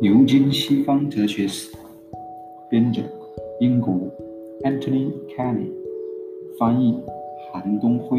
牛津西方哲学史，编者英国 Anthony Kenny， 翻译韩东辉。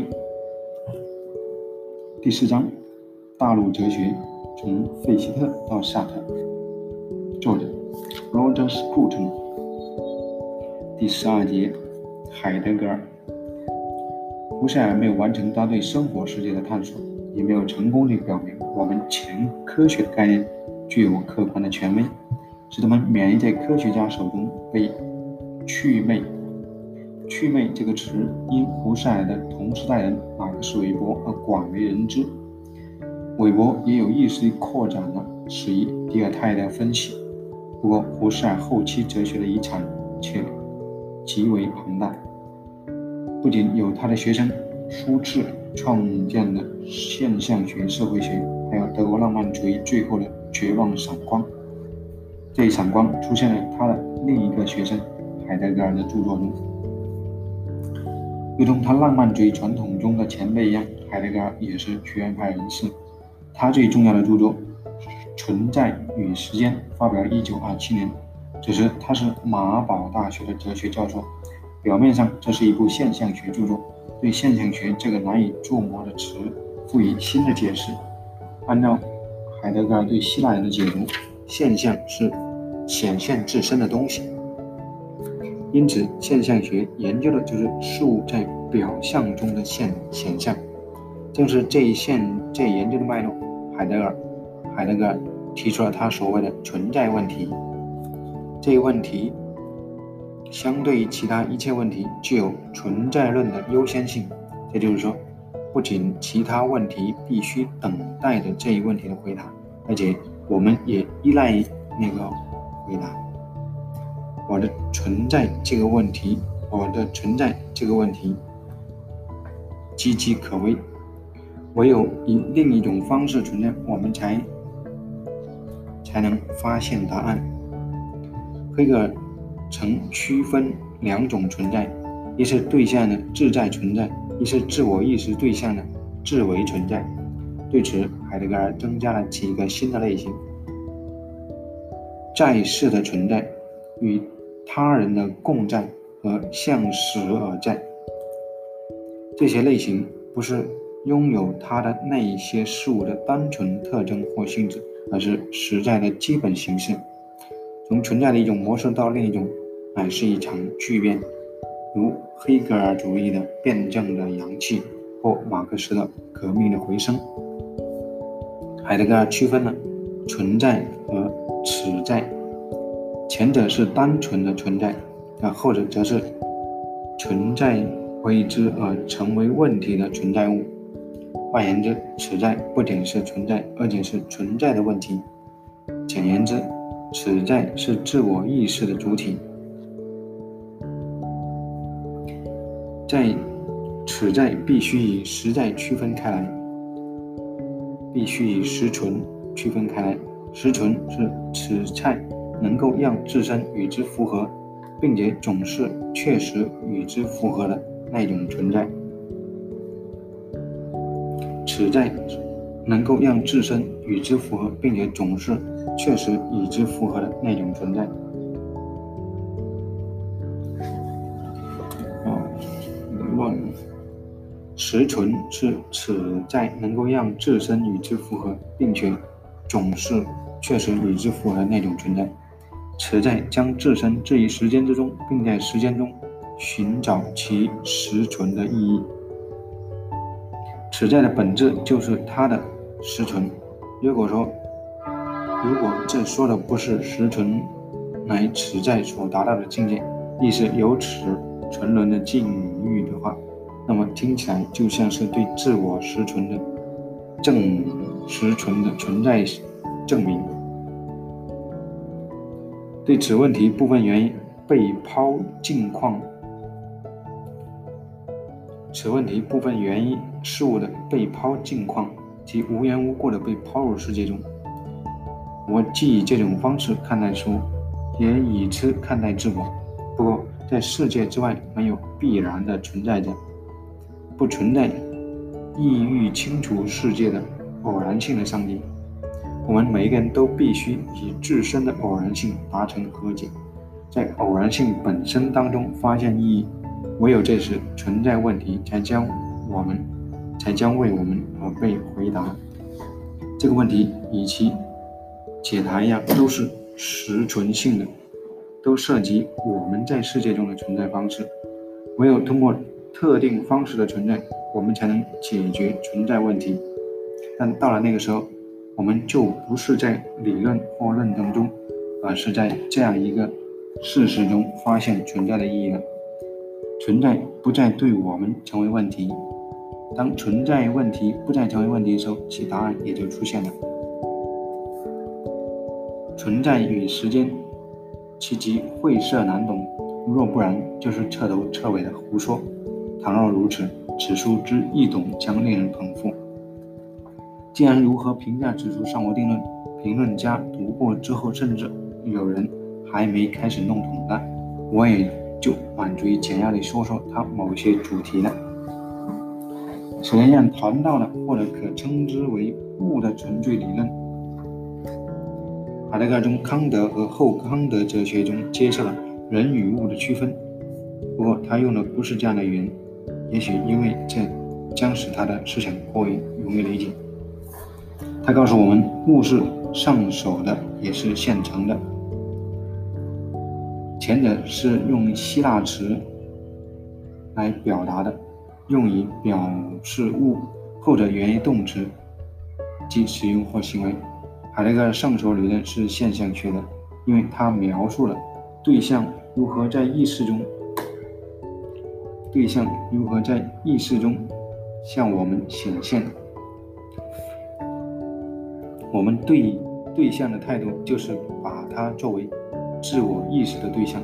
第4章，大陆哲学从费希特到萨特，作者 Roger Scruton。第12节，海德格尔。胡塞尔没有完成他对生活世界的探索，也没有成功地表明我们前科学的概念具有客观的权威，使他们免于在科学家手中被祛魅。祛魅这个词因胡塞尔的同时代人马克思韦伯而广为人知。韦伯也有意识地扩展了始于迪尔泰的分析，不过胡塞尔后期哲学的遗产却极为庞大，不仅有他的学生舒茨创建的现象学社会学，还有德国浪漫主义最后的绝望闪光。这一闪光出现在他的另一个学生海德格尔的著作中。如同他浪漫主义传统中的前辈一样，海德格尔也是学院派人士。他最重要的著作《存在与时间》发表于1927年，此时他是马堡大学的哲学教授。表面上这是一部现象学著作，对现象学这个难以捉摸的词赋予新的解释。按照海德格尔对希腊人的解读，现象是显现自身的东西，因此现象学研究的就是事物在表象中的显象。正是这一研究的脉络，海德格尔提出了他所谓的存在问题。这一问题相对于其他一切问题具有存在论的优先性，也就是说，不仅其他问题必须等待着这一问题的回答，而且我们也依赖于那个回答。我的存在这个问题岌岌可危，唯有以另一种方式存在，我们才能发现答案。黑格尔曾区分2种存在，一是对象的自在存在，一是自我意识对象的自为存在。对此，海德格尔增加了几个新的类型：在世的存在、与他人的共在和向死而在。这些类型不是拥有它的那些事物的单纯特征或性质，而是实在的基本形式。从存在的一种模式到另一种，乃是一场巨变，如黑格尔主义的辩证的阳气，或马克思的革命的回声。海德格尔区分了存在和此在，前者是单纯的存在，后者则是存在为之而成为问题的存在物。换言之，此在不仅是存在，而且是存在的问题。简言之，此在是自我意识的主体。此在必须以实在区分开来，必须以实存区分开来。实存是此在能够让自身与之符合，并且总是确实与之符合的那种存在。此在能够让自身与之符合，并且总是确实与之符合的那种存在。实存是此在能够让自身与之符合，并且总是确实与之符合的那种存在。此在将自身置于时间之中，并在时间中寻找其实存的意义。此在的本质就是它的实存。如果这说的不是实存乃此在所达到的境界，亦是由此存论的境遇的话，那么听起来就像是对自我实存的存在证明。对此问题部分原因被抛境况，事物的被抛境况即无缘无故的被抛入世界中。我既以这种方式看待事物，也以此看待自我。不过在世界之外没有必然的存在者，不存在意欲清除世界的偶然性的上帝。 我们每一个人都必须与自身的偶然性达成和解，在偶然性本身当中发现意义，唯有这时存在问题才将为我们而被回答。这个问题与其解答一样，都是实存性的，都涉及我们在世界中的存在方式。唯有通过特定方式的存在，我们才能解决存在问题。但到了那个时候，我们就不是在理论或论证中，而是在这样一个事实中发现存在的意义了。存在不再对我们成为问题，当存在问题不再成为问题的时候，其答案也就出现了。存在与时间，其极晦涩难懂，若不然就是彻头彻尾的胡说。倘若如此，此书之易懂将令人捧腹。既然如何评价此书尚无定论，评论家读过之后，甚至有人还没开始弄懂的，我也就满足于简要地说说它某些主题了。首先谈到了或者可称之为物的纯粹理论。海德格尔从康德和后康德哲学中接受了人与物的区分，不过他用的不是这样的语言，也许因为这将使他的思想过于容易理解。他告诉我们，物是上手的，也是现成的。前者是用希腊词来表达的，用以表示物；后者源于动词，即使用或行为。海德格尔上手理论是现象学的，因为它描述了对象如何在意识中向我们显现。我们对对象的态度就是把它作为自我意识的对象。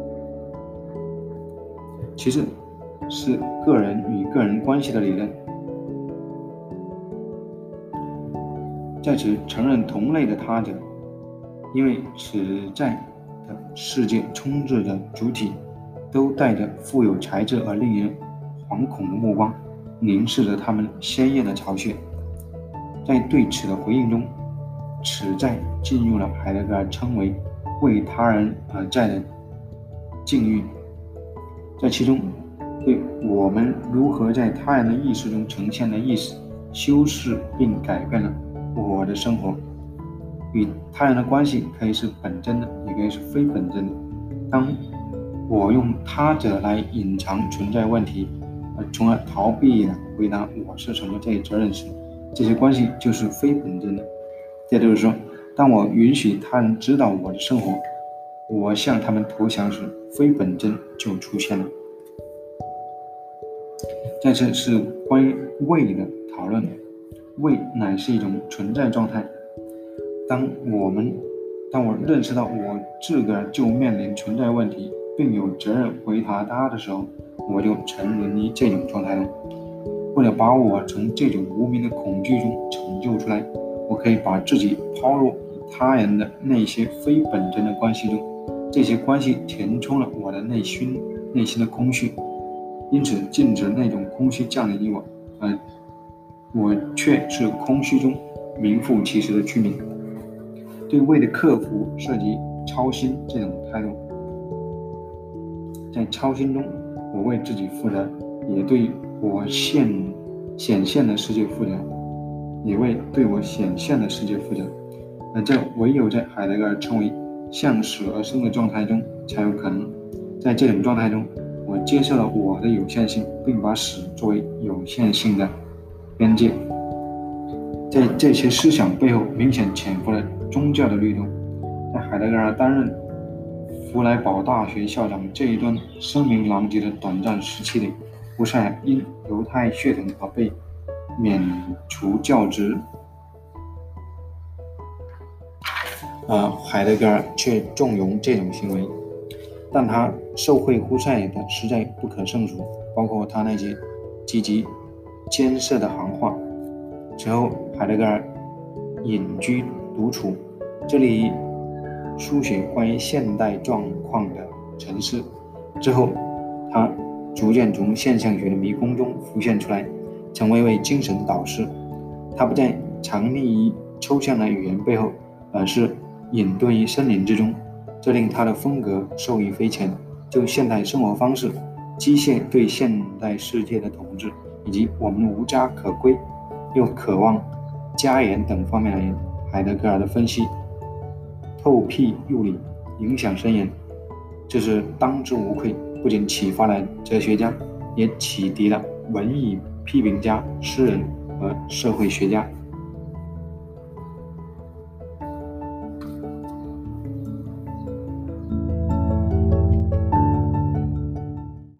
其次是个人与个人关系的理论，在此承认同类的他者，因为此在的世界充斥着主体都带着富有才智而令人惶恐的目光，凝视着他们鲜艳的巢穴。在对此的回应中，此在进入了海德格尔称为为他人而在的境遇。在其中，对我们如何在他人的意识中呈现的意识修饰并改变了我的生活。与他人的关系可以是本真的，也可以是非本真的。当我用他者来隐藏存在问题，从而逃避了回答我是什么这一责任时，这些关系就是非本真的。也就是说，当我允许他人知道我的生活，我向他们投降时，非本真就出现了。再次是关于位的讨论。位乃是一种存在状态。当我认识到我自个儿就面临存在问题，并有责任回答它的时候，我就沉沦于这种状态中。为了把我从这种无名的恐惧中拯救出来，我可以把自己抛入与他人的那些非本真的关系中，这些关系填充了我的内心的空虚，因此禁止那种空虚降临于我，而我却是空虚中名副其实的居民。对位的克服涉及操心这种态度，在操心中，我为自己负责，也对我显现的世界负责，也为对我显现的世界负责。而这唯有在海德格尔称为向死而生的状态中才有可能。在这种状态中，我接受了我的有限性，并把死作为有限性的边界。在这些思想背后明显潜伏了宗教的律动。在海德格尔担任弗莱堡大学校长这一段声名狼藉的短暂时期里，胡塞尔因犹太血统而被免除教职，海德格尔却纵容这种行为，但他受贿胡塞尔的实在不可胜数，包括他那些积极艰涩的行话。此后，海德格尔隐居独处，这里书写关于现代状况的陈述。之后，他逐渐从现象学的迷宫中浮现出来，成为一位精神导师。他不再藏匿于抽象的语言背后，而是隐遁于森林之中，这令他的风格受益匪浅。就现代生活方式、机械对现代世界的统治，以及我们无家可归又渴望家园等方面而言，海德格尔的分析透辟入理，影响深远，这是当之无愧。不仅启发了哲学家，也启迪了文艺批评家、诗人和社会学家。